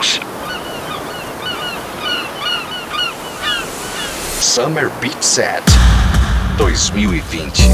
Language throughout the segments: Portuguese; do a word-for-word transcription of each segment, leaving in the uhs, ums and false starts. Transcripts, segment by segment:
House. Summer Beat Set dois mil e vinte.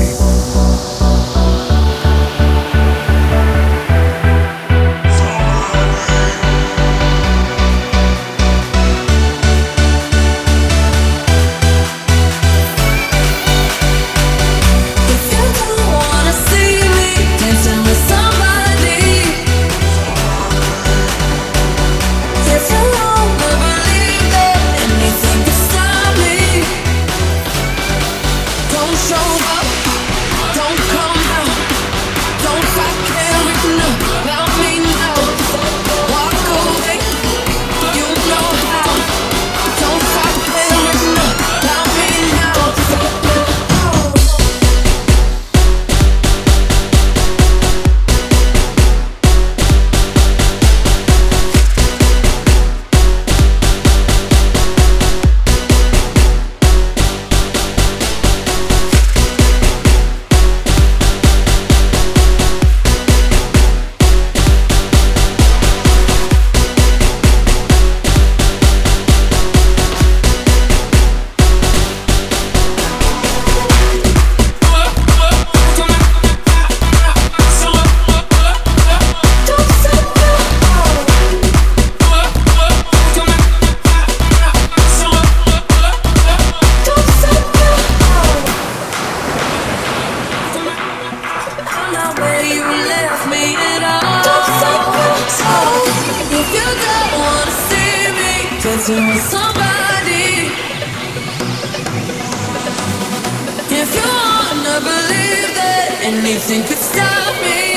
Anything could stop me.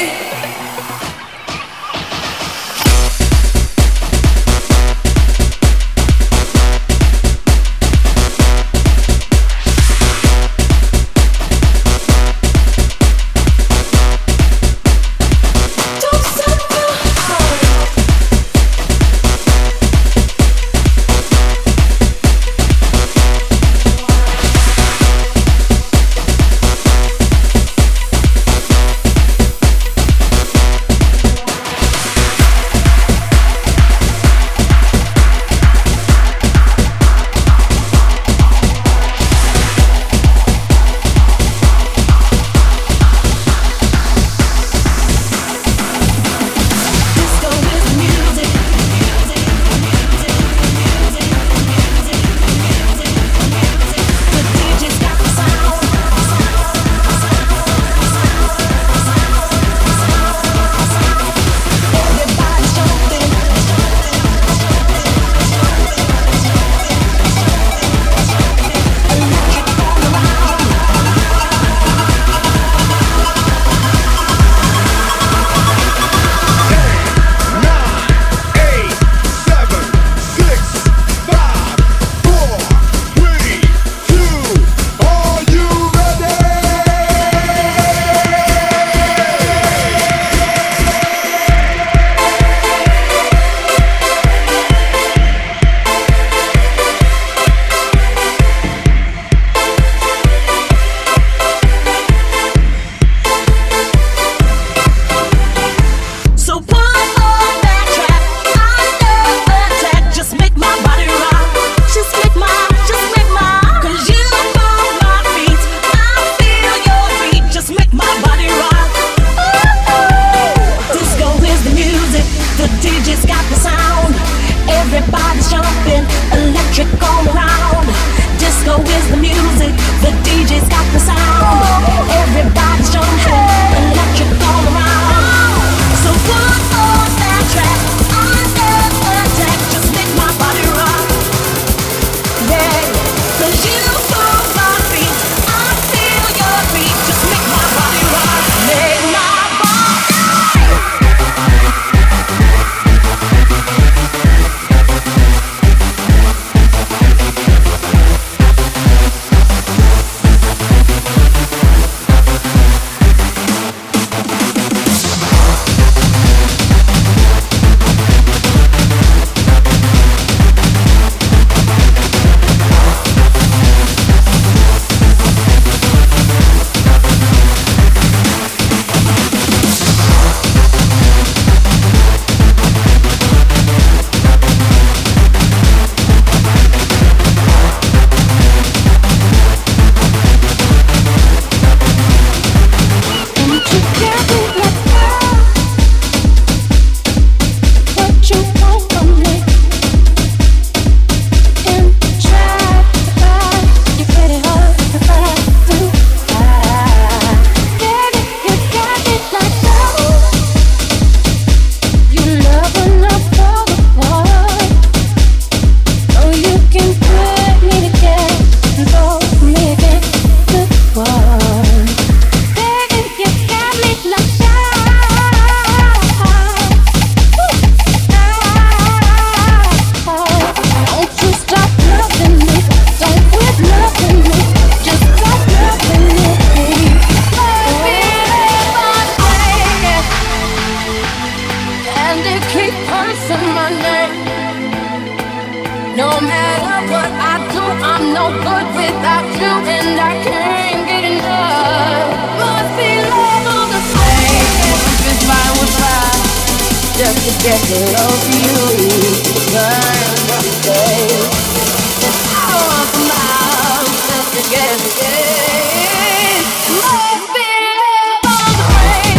get to love you. Learn to stay. The power of love just to get stayed. Love me on the brain.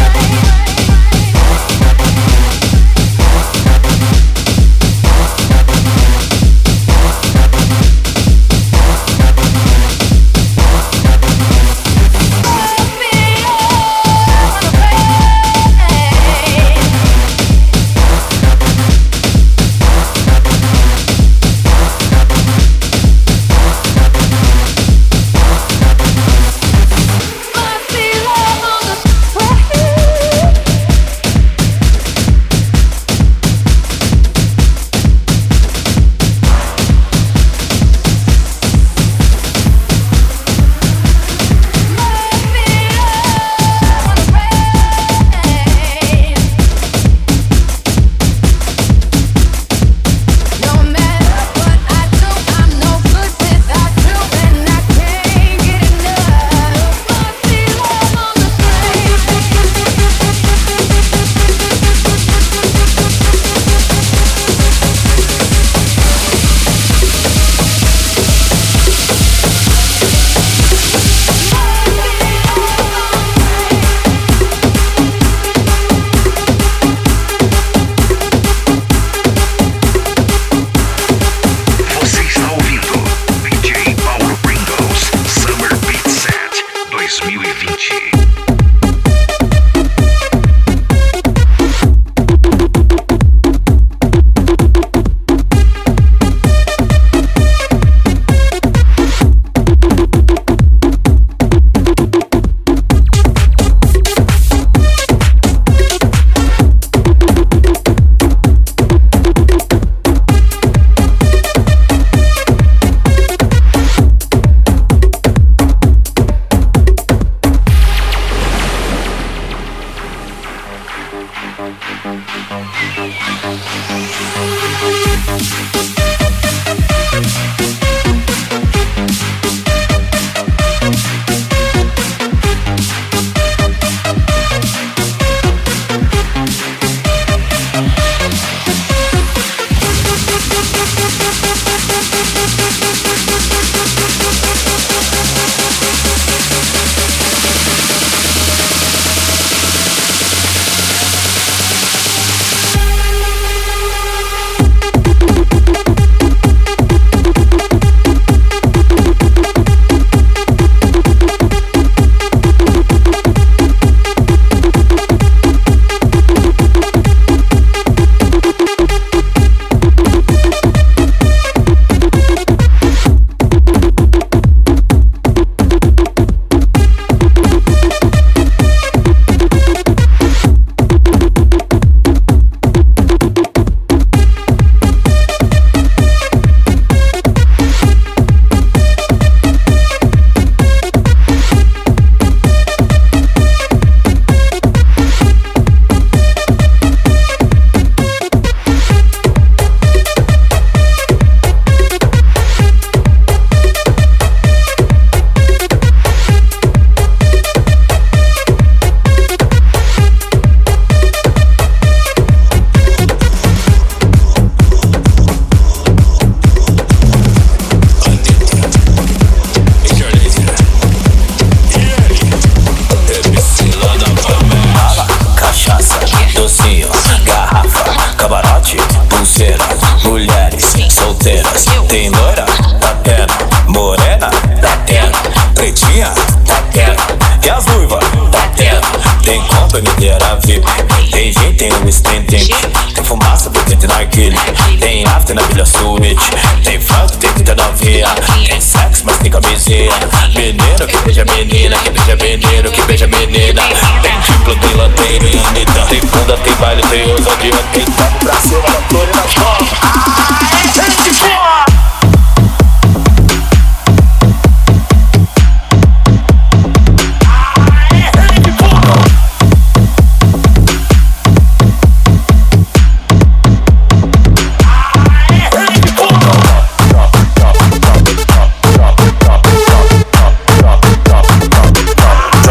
Tem loira, tá tendo. Morena, tá tendo. Pretinha, tá tendo. E as ruivas, tá tendo. Tem compra inteira V I P. Tem gente, tem um estendente. Tem fumaça por dentro de narguilha. Tem after na Vila Suíte. Tem funk, tem trinta novinha. Tem sexo, mas tem camisinha. Menino que beija menina, que beija menino, que beija menina. Tem diplo, tem lanterna, tem unita. Tem bunda, tem baile, tem ousadia. Tem toque pra cima, na flor e na forma. Gente boa!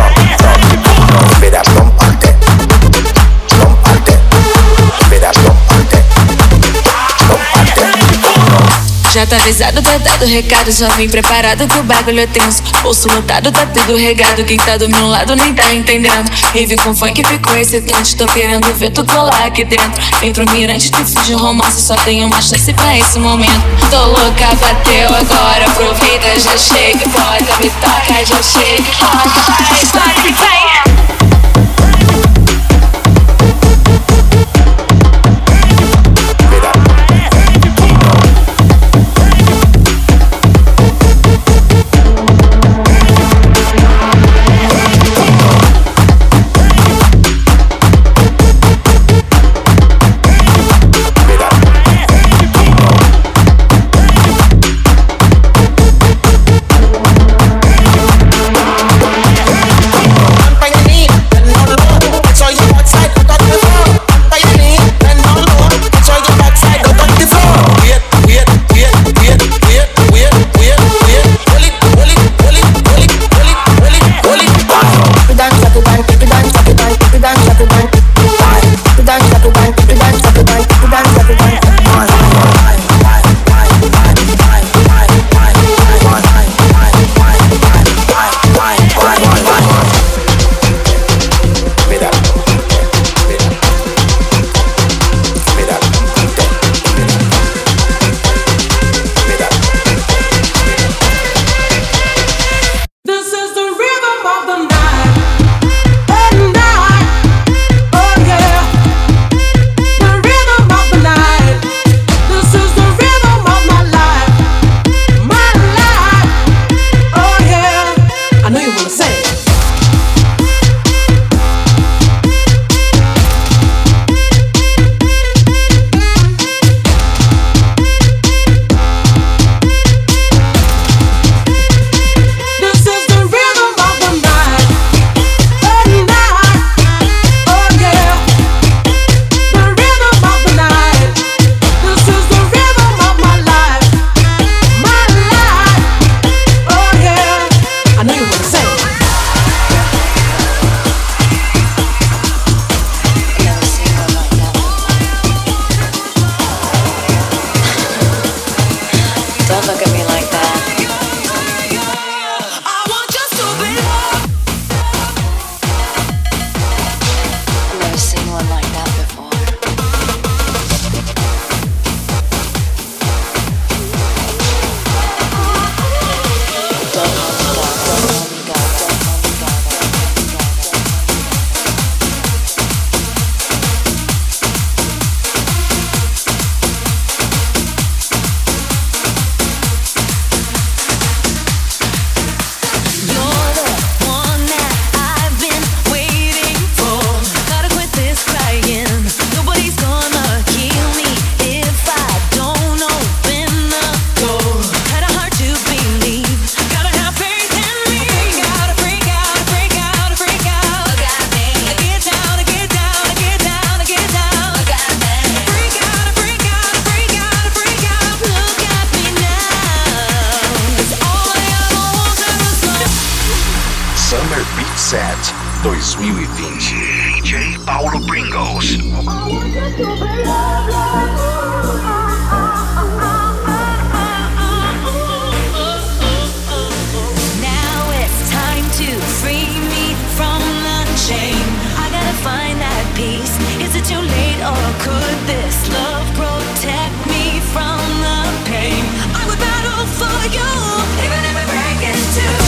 Espera, tá avisado, tá dado recado. Já vim preparado que o bagulho é tenso. Bolso lotado, tá tudo regado. Quem tá do meu lado nem tá entendendo. Rave com funk ficou excitante. Tô querendo ver tu colar aqui dentro. Vem pro mirante, te fiz de romance. Só tenho uma chance pra esse momento. Tô louca, bateu agora. Aproveita, já chega. Bota, me toca, já chega. Vai, vai, vai. dois mil e vinte. D J Paulo Pringles. Now it's time to free me from the chain. I gotta find that peace. Is it too late or could this love protect me from the pain? I would battle for you, even if I break in two.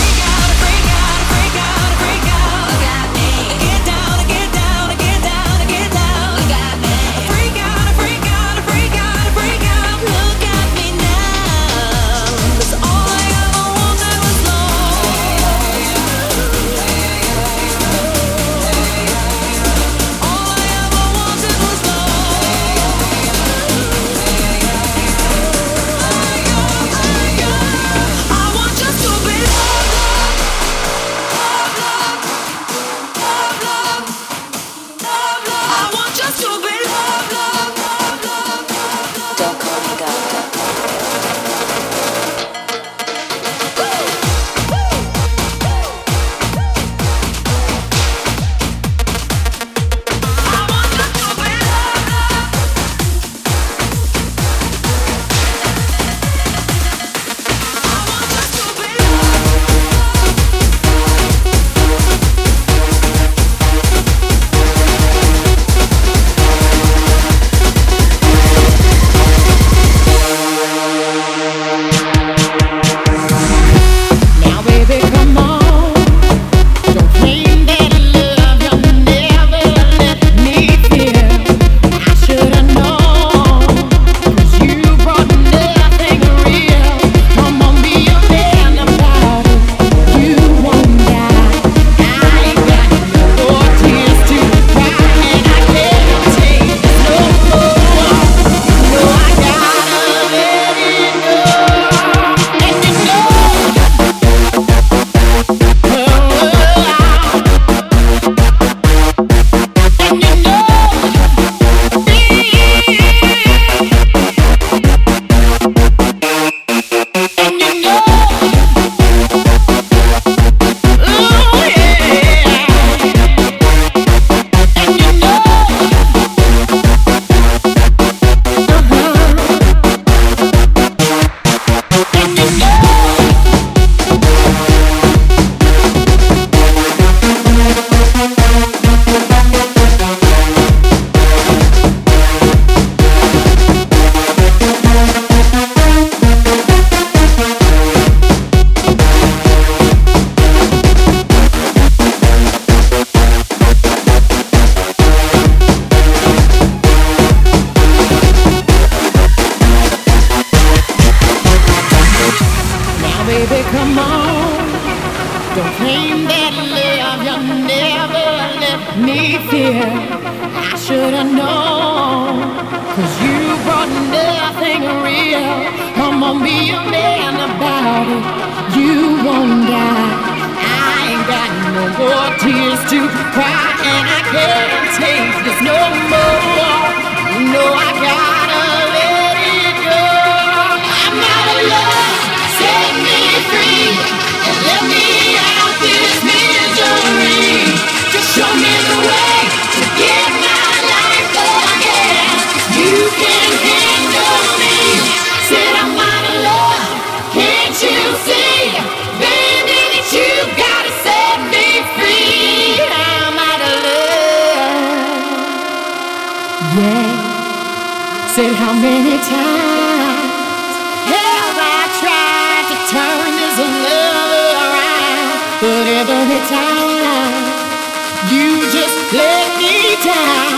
fear. I should've known, 'cause you brought nothing real. Come on, be a man about it. You won't die. I ain't got no more tears to cry, and I can't take this no more. You know I gotta let it go. I'm out of love. Set me free and let me out this misery. Just show me the way to get my life again. You can handle me. Said I'm out of love. Can't you see, baby, that you gotta set me free? I'm out of love. Yeah. Said how many times have I tried to turn this love around, but every time you just let me down.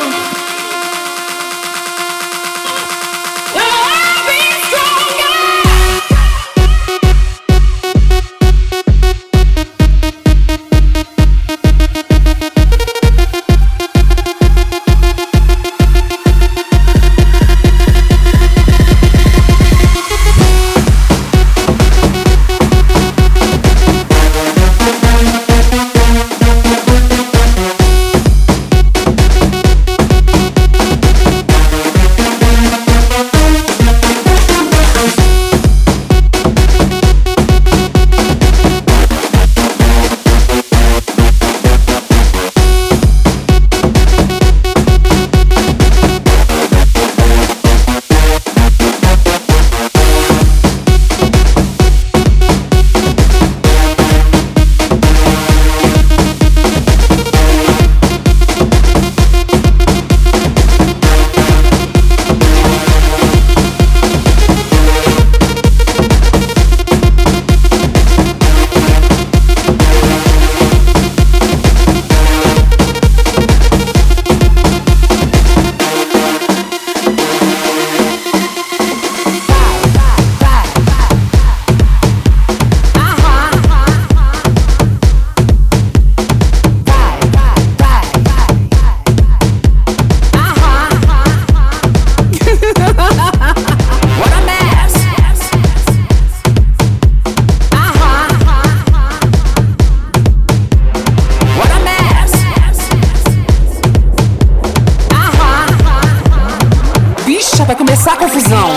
Vai começar a confusão.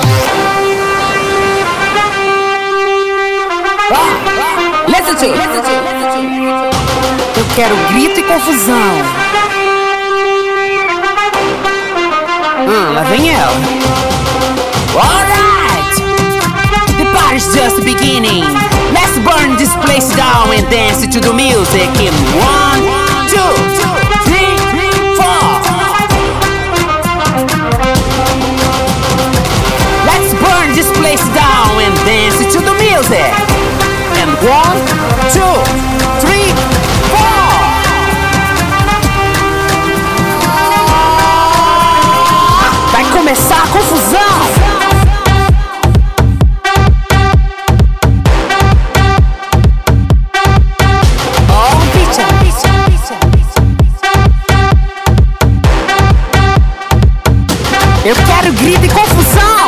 Listen to, listen to. Eu quero grito e confusão. Hum, lá vem ela. Alright, the party's just beginning. Let's burn this place down and dance to the music in one, two, three, four. Let's burn this place down and dance to the music. And one, two, three, four. Vai começar a confusão. Oh, bicha, bicha, bicha. Eu quero grito e confusão.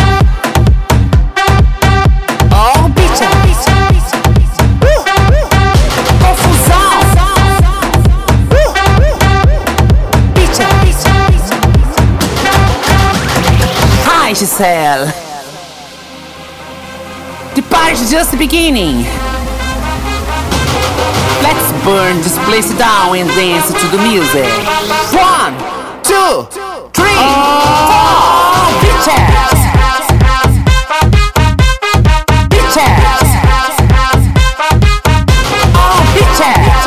Giselle, the party's just beginning. Let's burn this place down and dance to the music. One, two, three, four, bitches, bitches, oh bitches,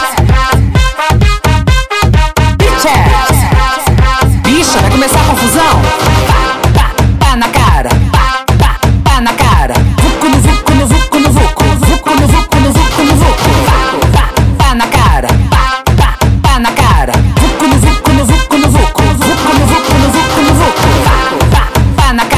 bitches. Bicha, vai começar a confusão. Na cara, pá, pá, pá na cara. Vucu no vucu no vucu no vucu. Vucu no vucu no vucu no vucu. Pá, pá, pá na cara, pá, pá, pá na cara. Vucu no vucu no vucu no vucu. Vucu no vucu no vucu no vucu. Pá, pá, pá na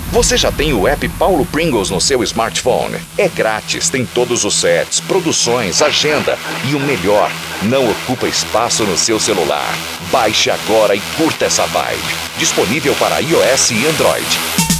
Você já tem o app Paulo Pringles no seu smartphone? É grátis, tem todos os sets, produções, agenda e o melhor, não ocupa espaço no seu celular. Baixe agora e curta essa vibe. Disponível para iOS e Android.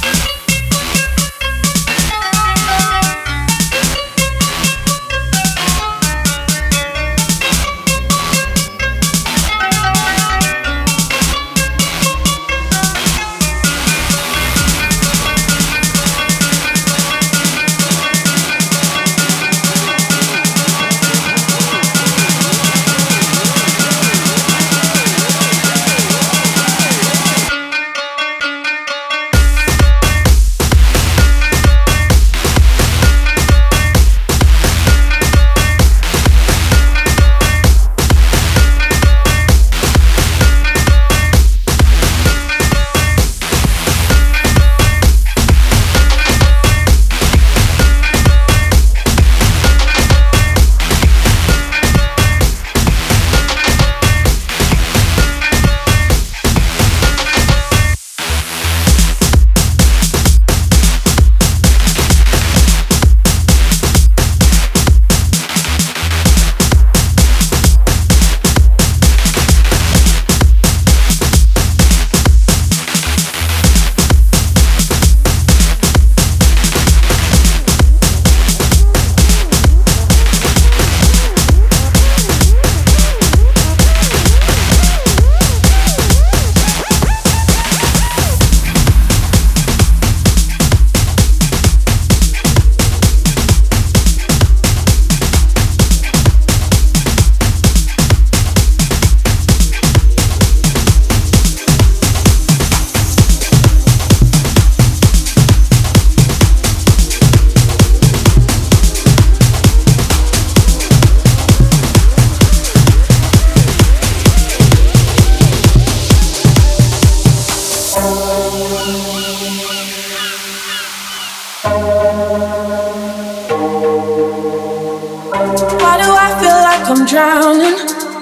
Why do I feel like I'm drowning?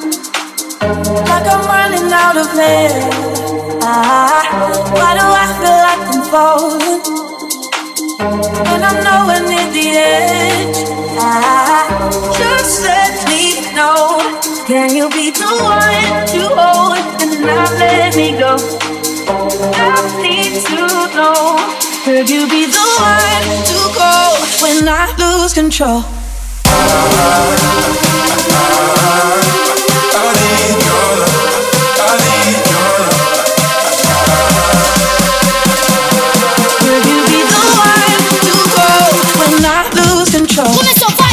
Like I'm running out of air. Ah, why do I feel like I'm falling? And I'm nowhere near the edge. Ah, just let me know. Can you be the one to hold and not let me go? I need to know. Could you be the one to go when I lose control? I need your love. I need your love. Could you be the one to go when I lose control? Começou, vai!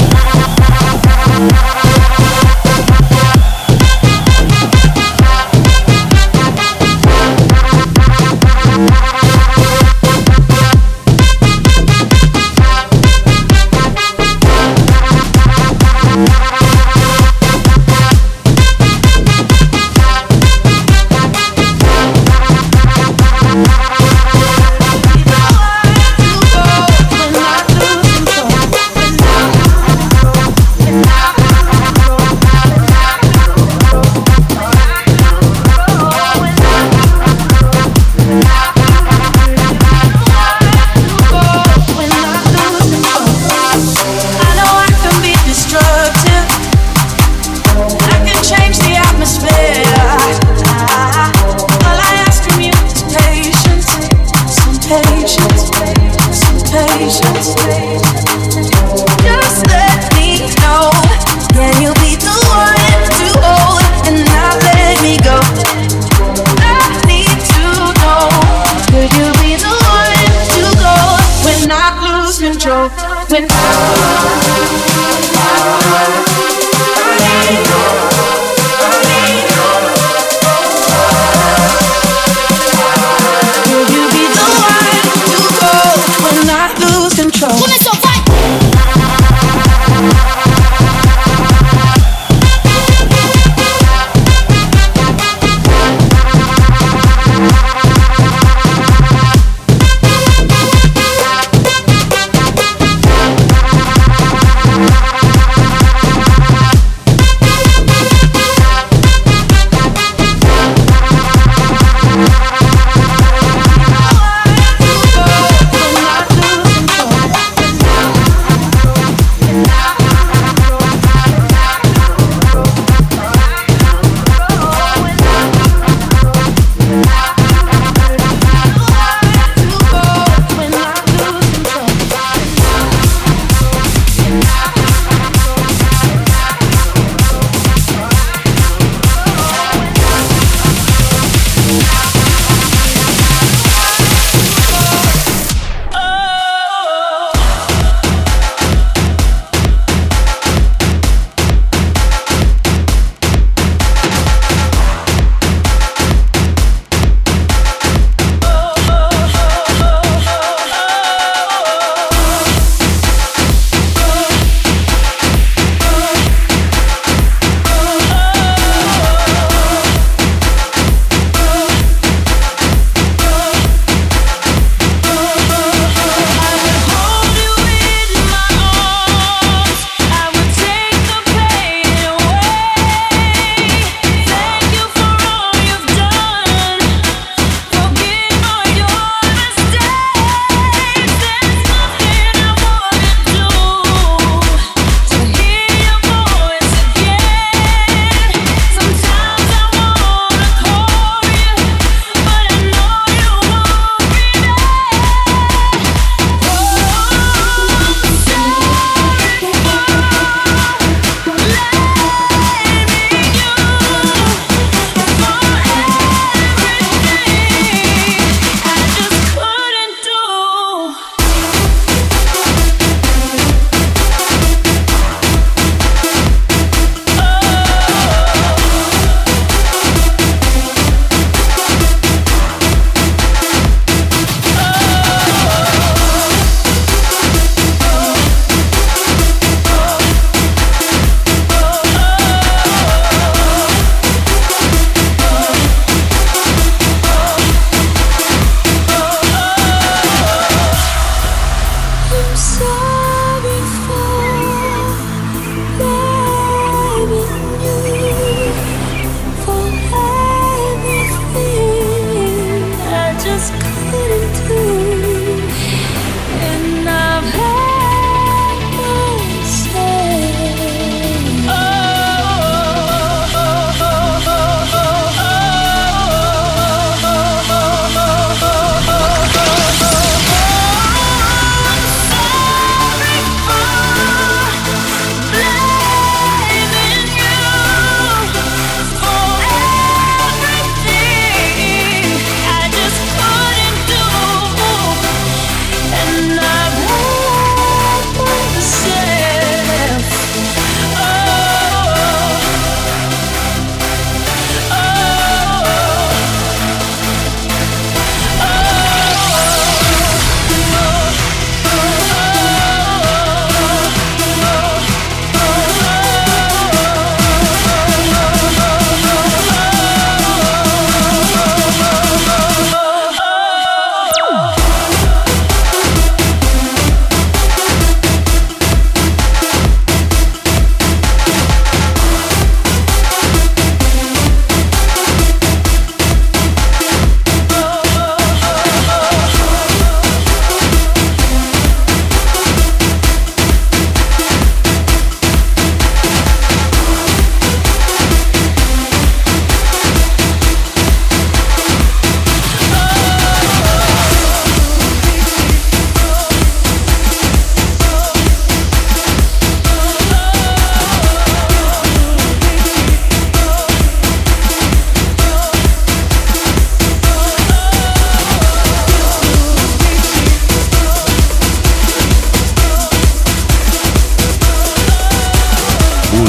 When Começou, vai!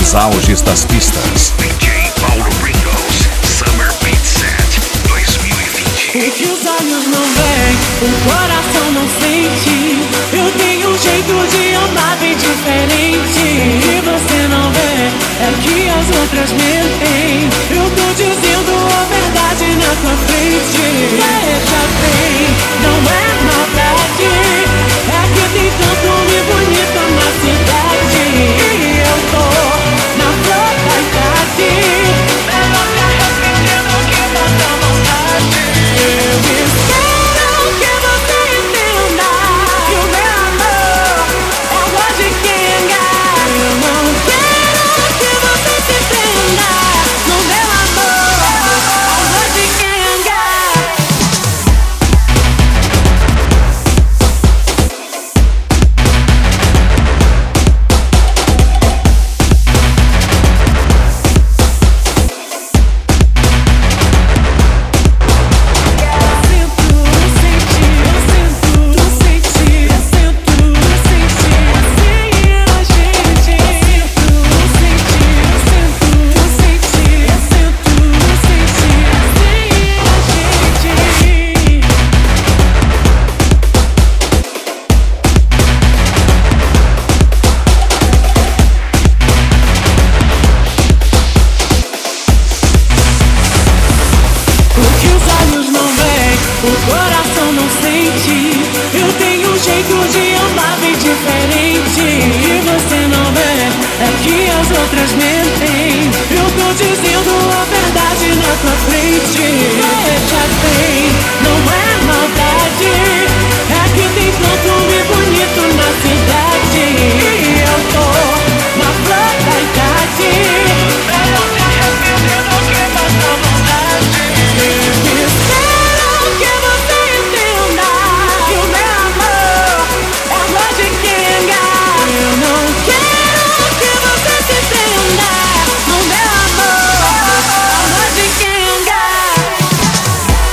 Os auges das pistas. D J Paulo Pringles, Summer Beat Set dois mil e vinte. O que os olhos não veem, o coração não sente. Eu tenho um jeito de amar bem diferente. O que você não vê é que as outras mentem. Eu tô dizendo a verdade na tua frente. Veja bem, não é maldade, é que tem tanto homem bonito na cidade. E eu tô na flor da idade, melhor me arrepender do que passar vontade. Eu espero que você entenda que o meu amor é água de quenga. Eu não quero que você se prenda no meu amor, água de quenga. O coração não sente. Eu tenho um jeito de amar bem diferente. O que você não vê é que as outras mentem. Eu tô dizendo a verdade na tua frente. Veja bem, não é maldade, é que tem tanto homem bonito na cidade. E eu tô na flor da idade, melhor me arrepender do que passar vontade. Eu espero que você entenda que o meu amor é água de quenga. Eu não quero que você se prenda no meu amor, água de quenga.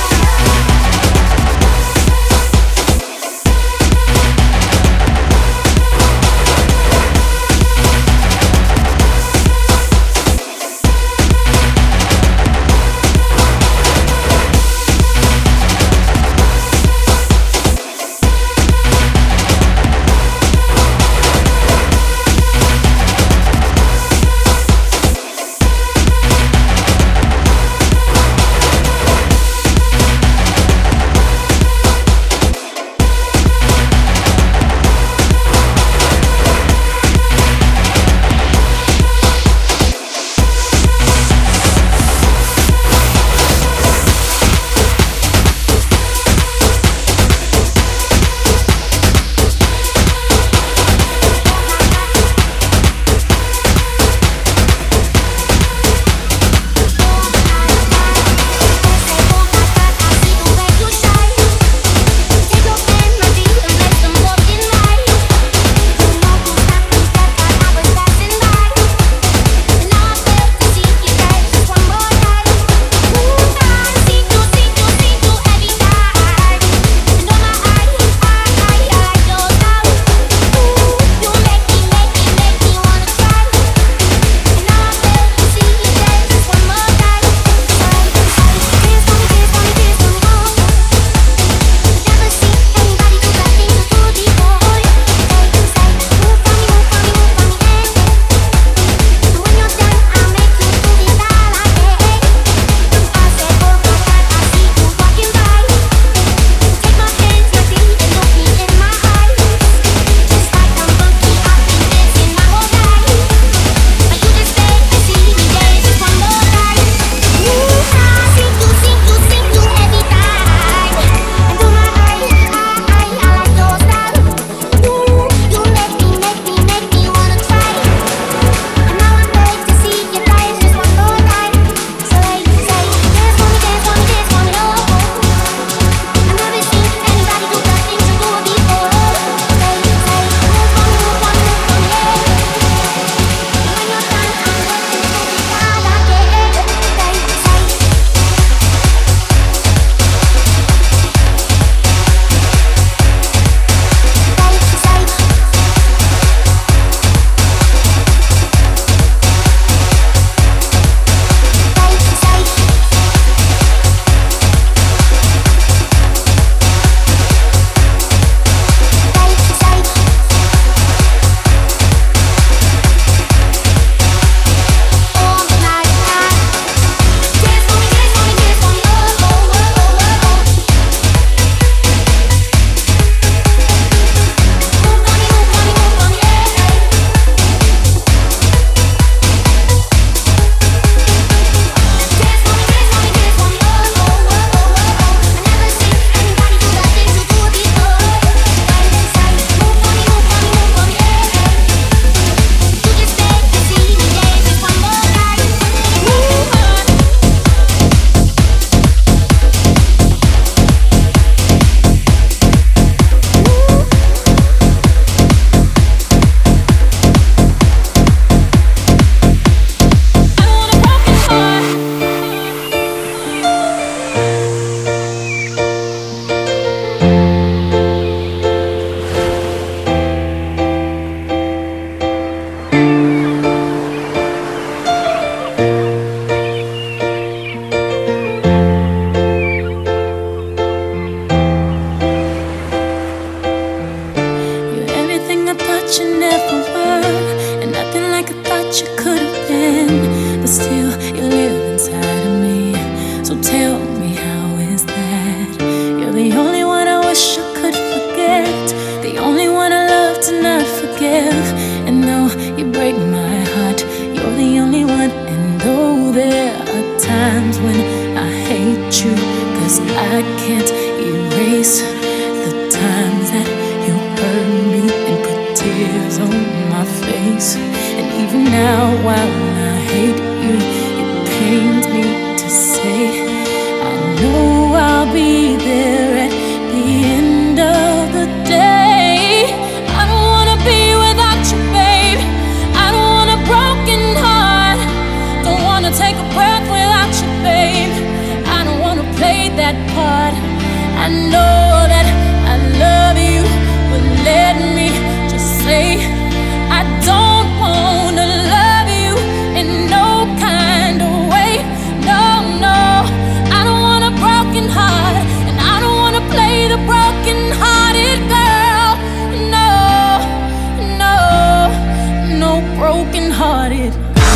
I can't erase the times that you hurt me and put tears on my face. And even now, while I hate you, it pains me to say I know I'll be there at the end of the day. I don't wanna be without you, babe. I don't want a broken heart. Don't wanna take a breath without you, babe. I don't wanna play that part. I know that I love you, but let me just say I don't wanna love you in no kind of way. No, no, I don't want a broken heart, and I don't wanna play the broken-hearted girl. No, no, no broken-hearted.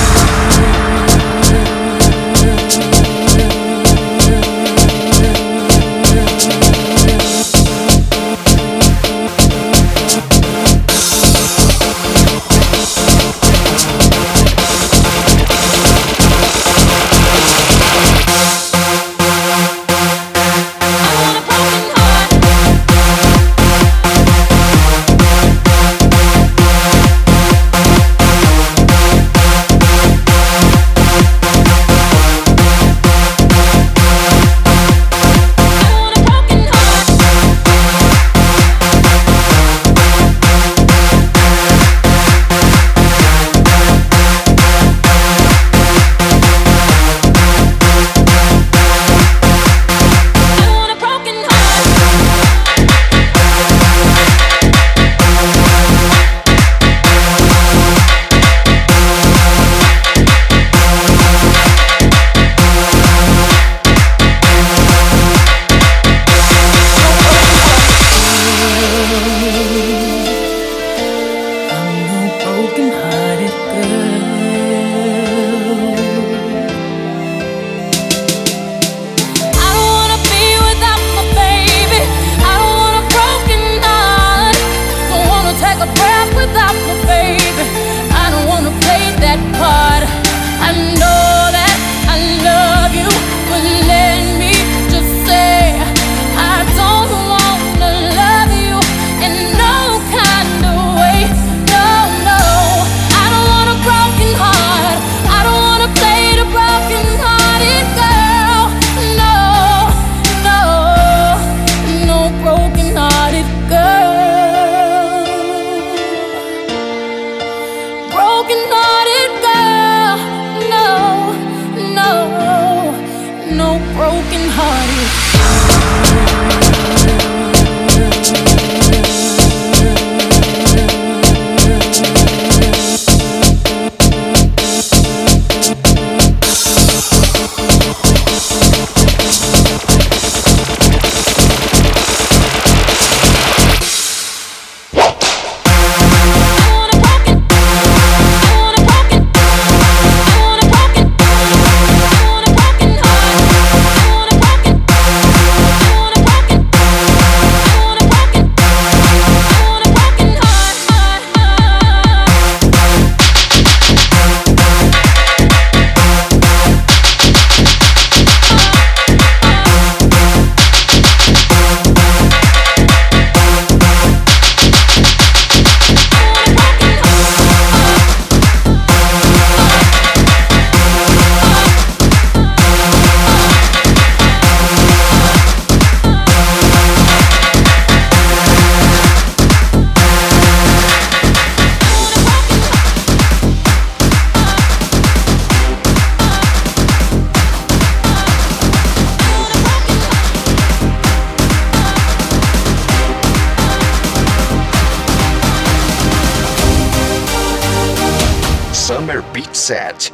Summer Beat Set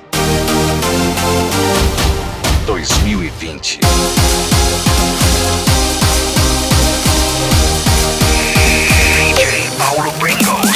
dois mil e vinte. D J Paulo Pringles.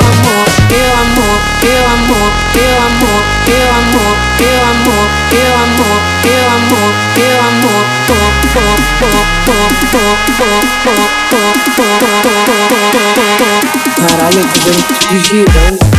amor, meu amor, meu amor, meu amor, meu amor, meu amor, meu amor, meu amor, meu amor, oh, oh, oh, oh, oh, oh, oh, oh, oh. Caralho, eu tô vendo tudo girando.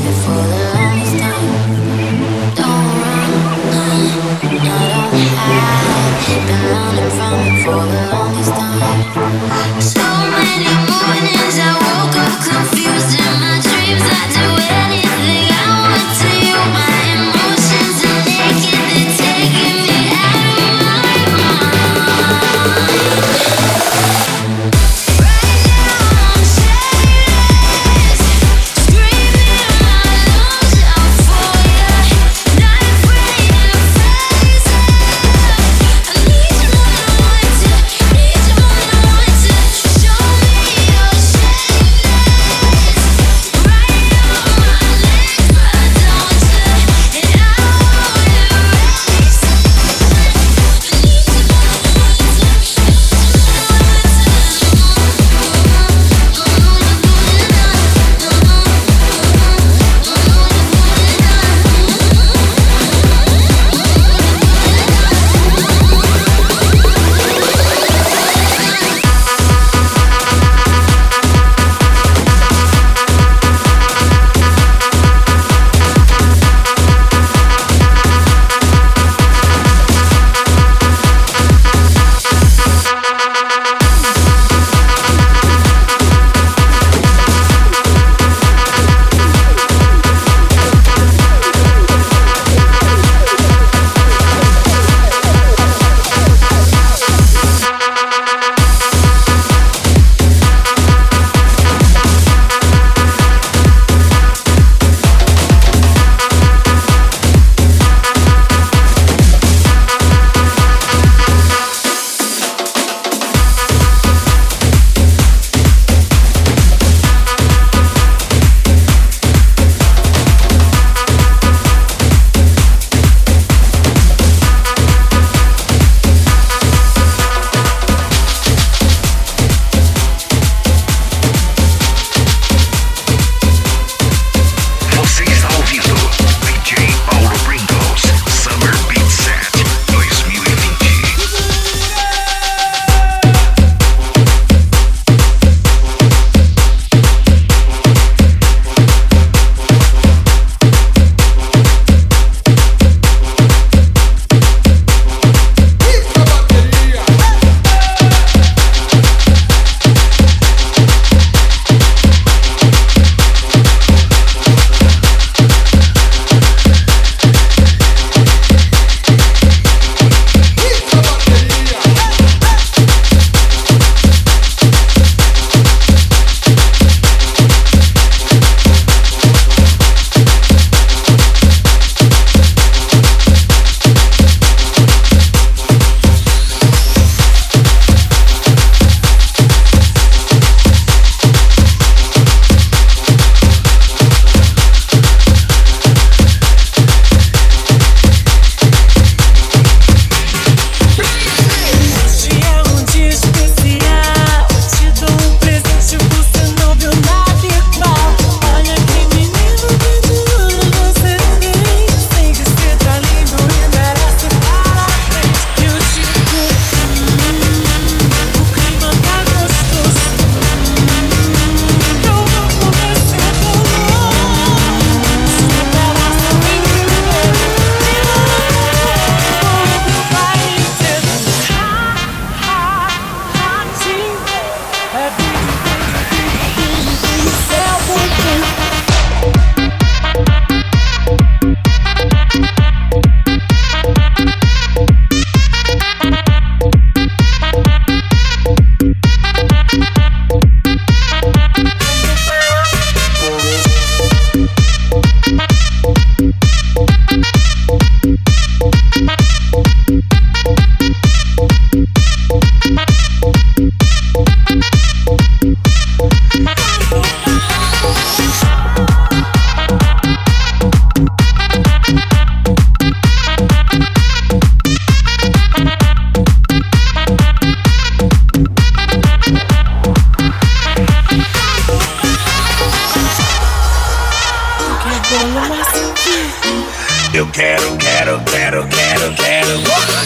Eu quero, quero, quero, quero, quero.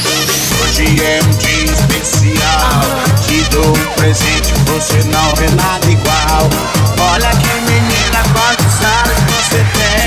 Hoje é um dia especial. Te dou um presente, você não vê nada igual. Olha que menina, quantos anos você tem?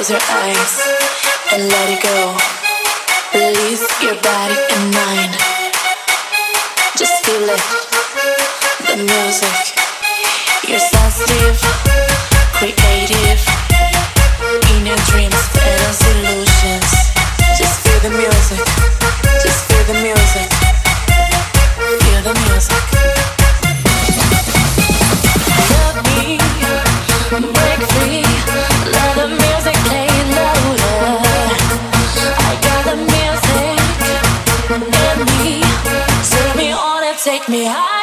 close your eyes and let it go. Release your body and mind. Just feel it, the music. You're sensitive, creative, in your dreams, fantasy illusions. Just feel the music, just feel the music. Feel the music. Love me, break free, let the music play louder. I got the music in me, turn me on and take me higher.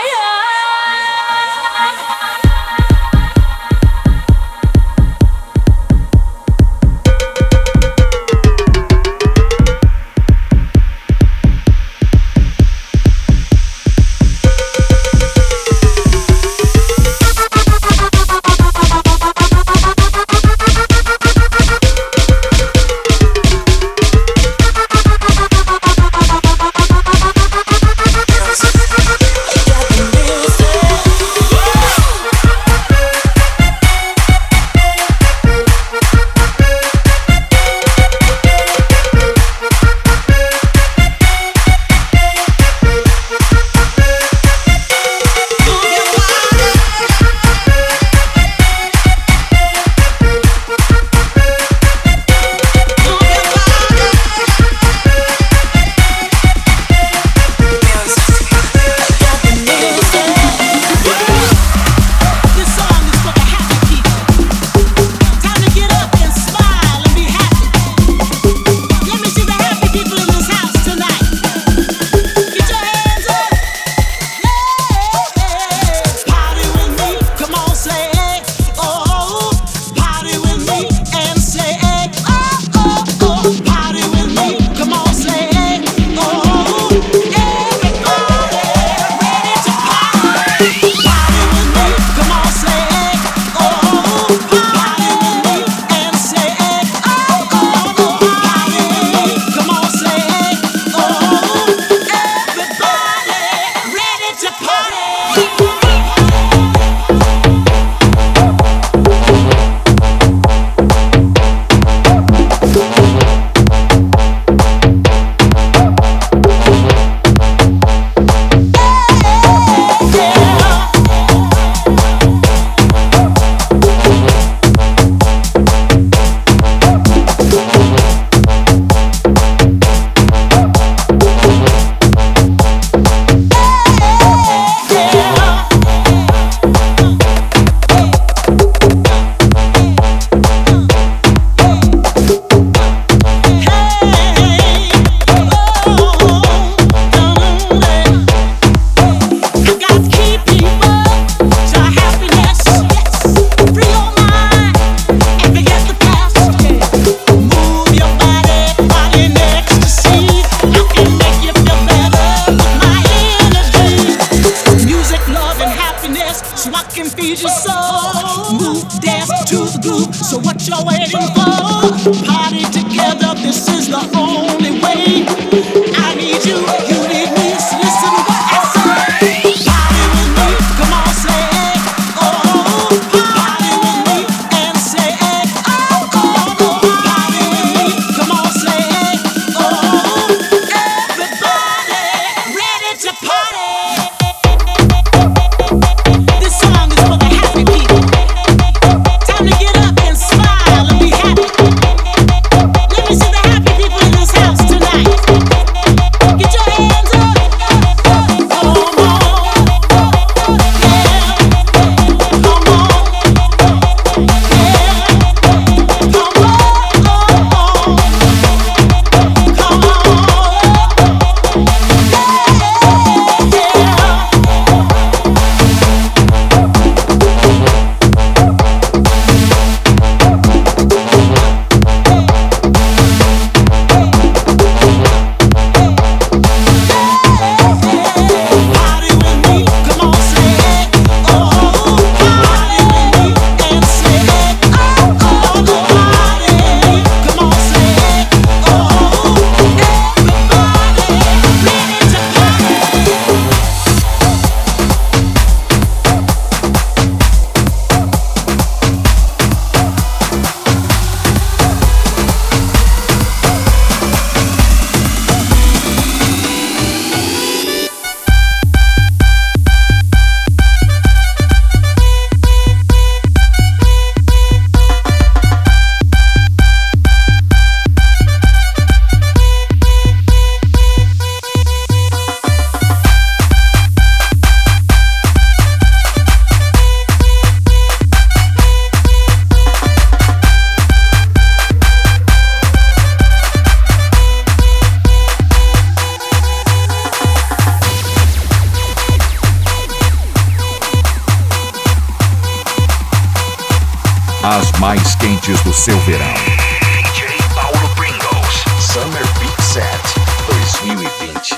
Time to get up and smile and be happy. noites do seu verão. D J Paulo Pringles, Summer Beat Set dois mil e vinte.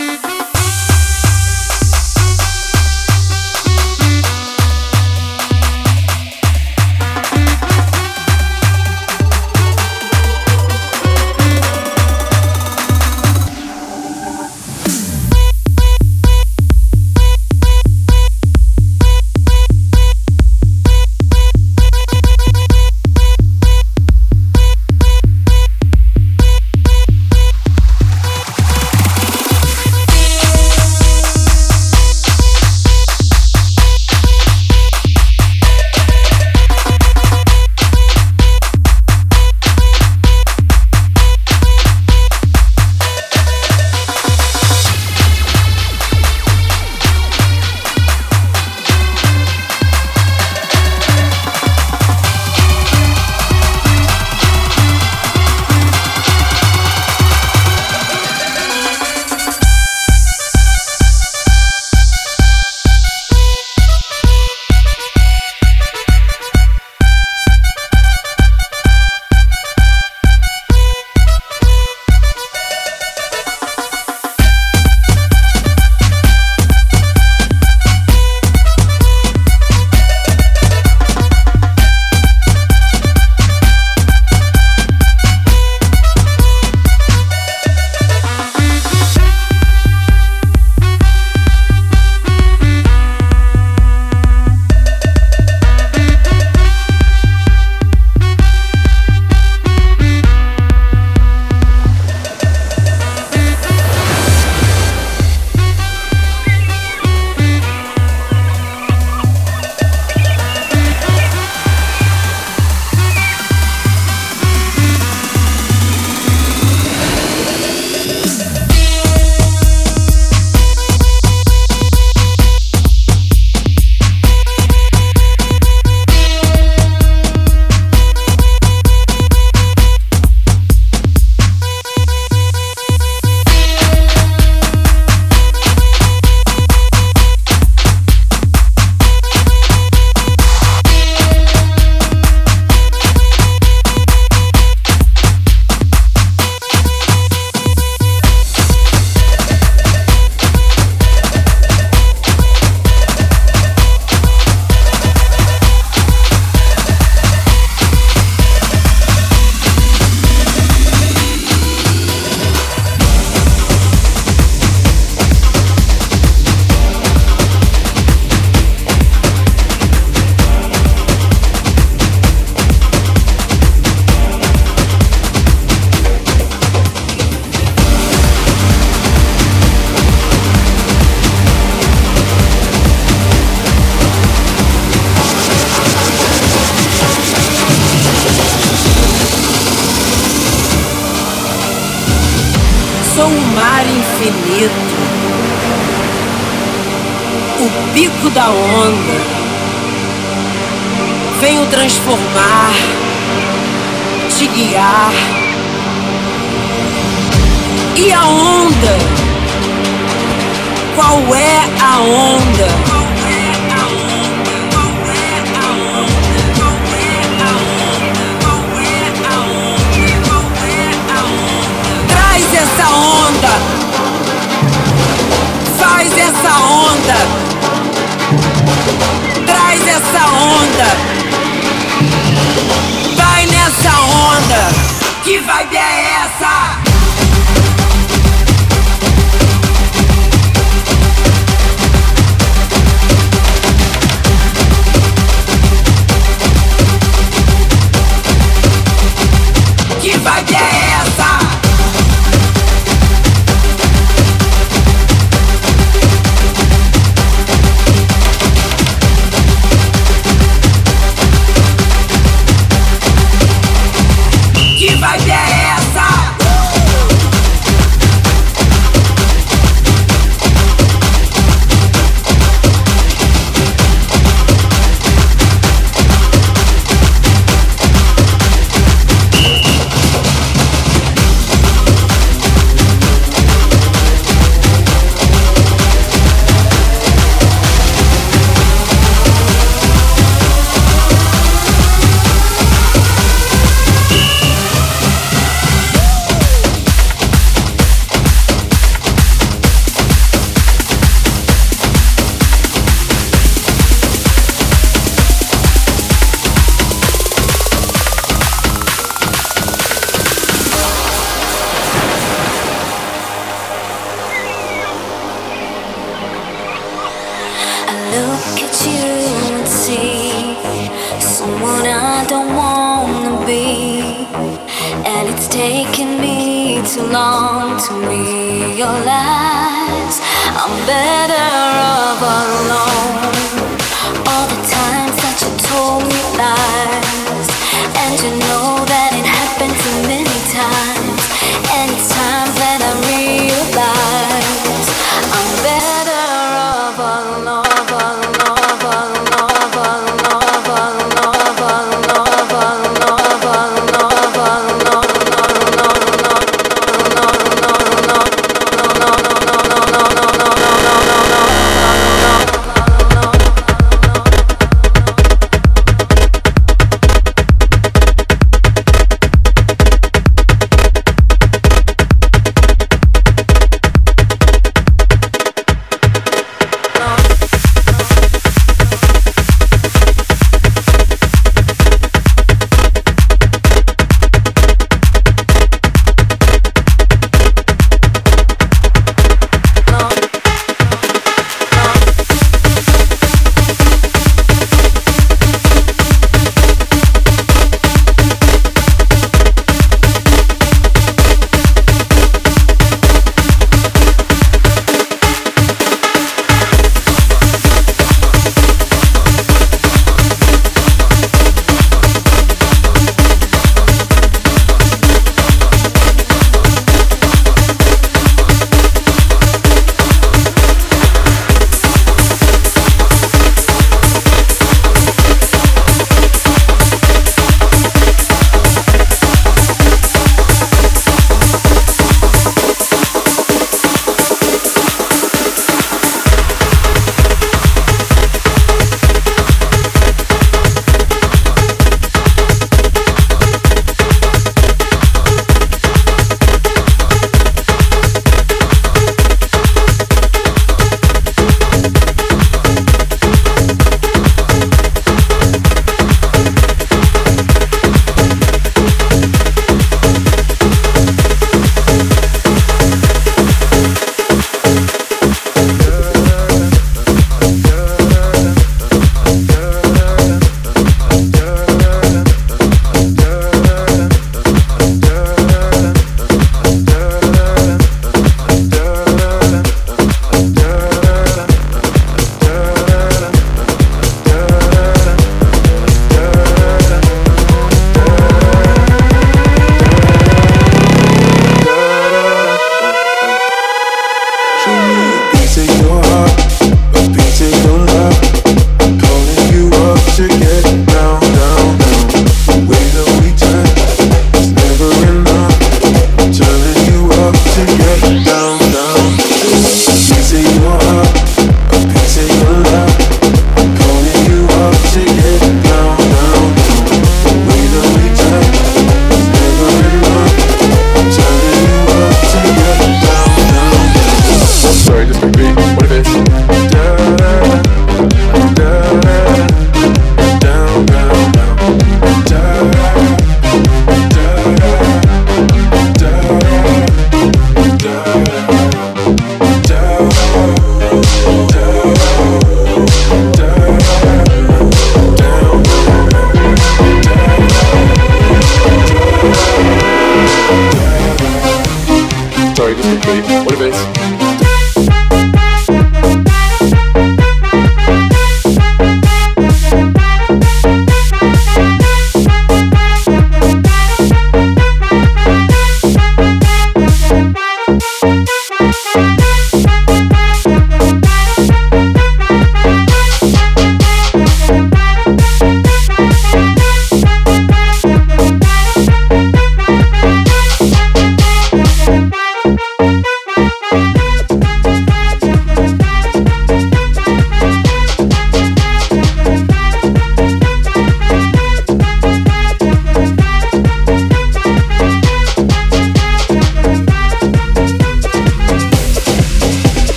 Sou o mar infinito, o pico da onda. Venho transformar, te guiar. E a onda? Qual é a onda? Essa onda, faz essa onda, traz essa onda, vai nessa onda, que vibe é essa? Que vibe é essa? Que vibe é essa? taken me too long to realize I'm better off alone. All the times that you told me lies, and you know that it happened too many times, and it's times that I realize I'm better off alone.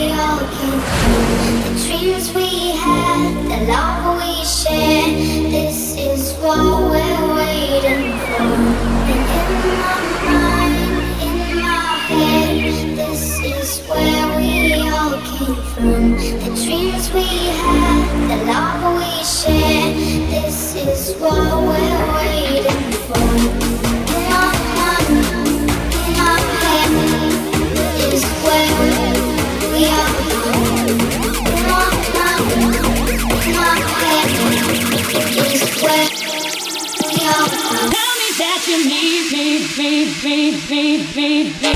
The dreams we had, the love we shared. This what we're waiting for. And in my mind, in my head, this is where we all came from. The dreams we had, the love we shared, this is what we're waiting for. In my mind, in my head, is where we all come. In my mind, in my head, is where we all come. Tell me that you need me, me, me, me, me, me.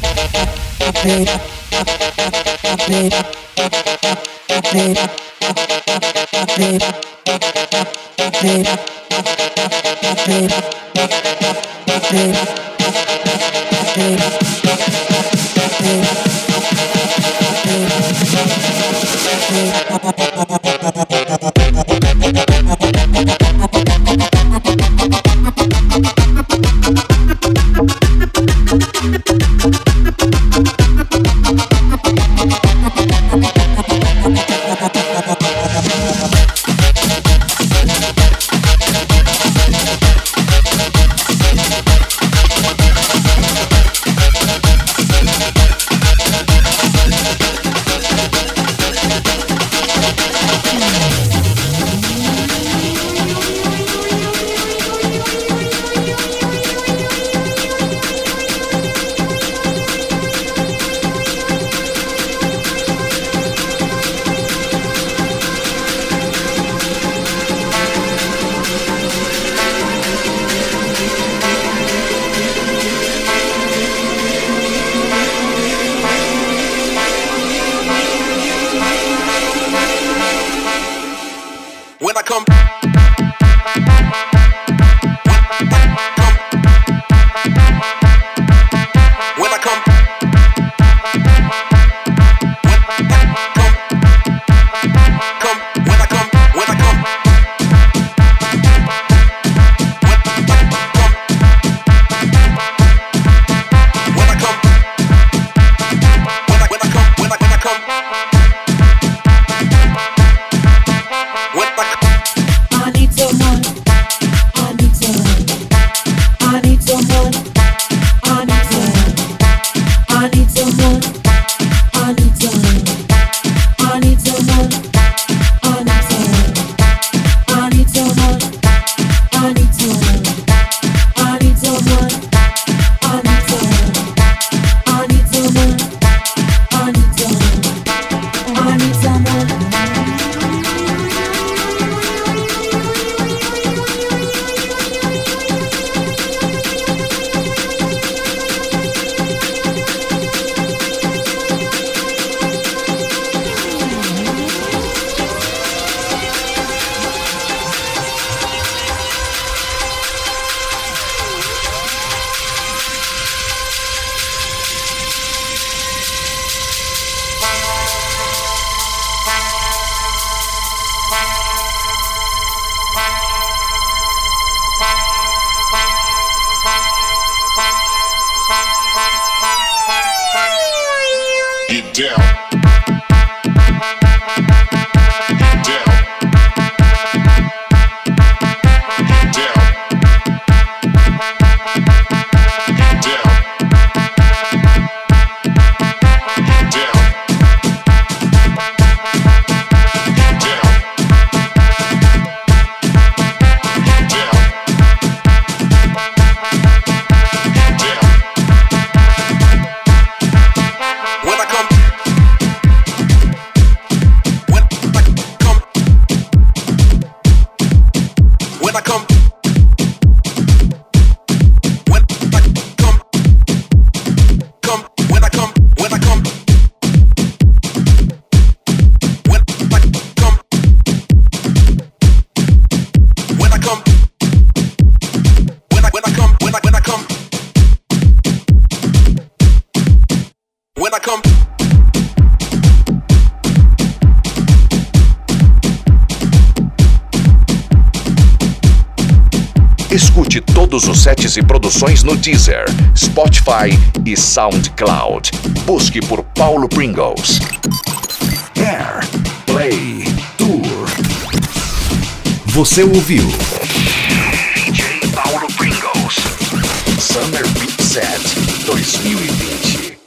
Get down. Escute todos os sets e produções no Deezer, Spotify e SoundCloud. Busque por Paulo Pringles. Air Play Tour. Você ouviu Summer Beat Set dois mil e vinte.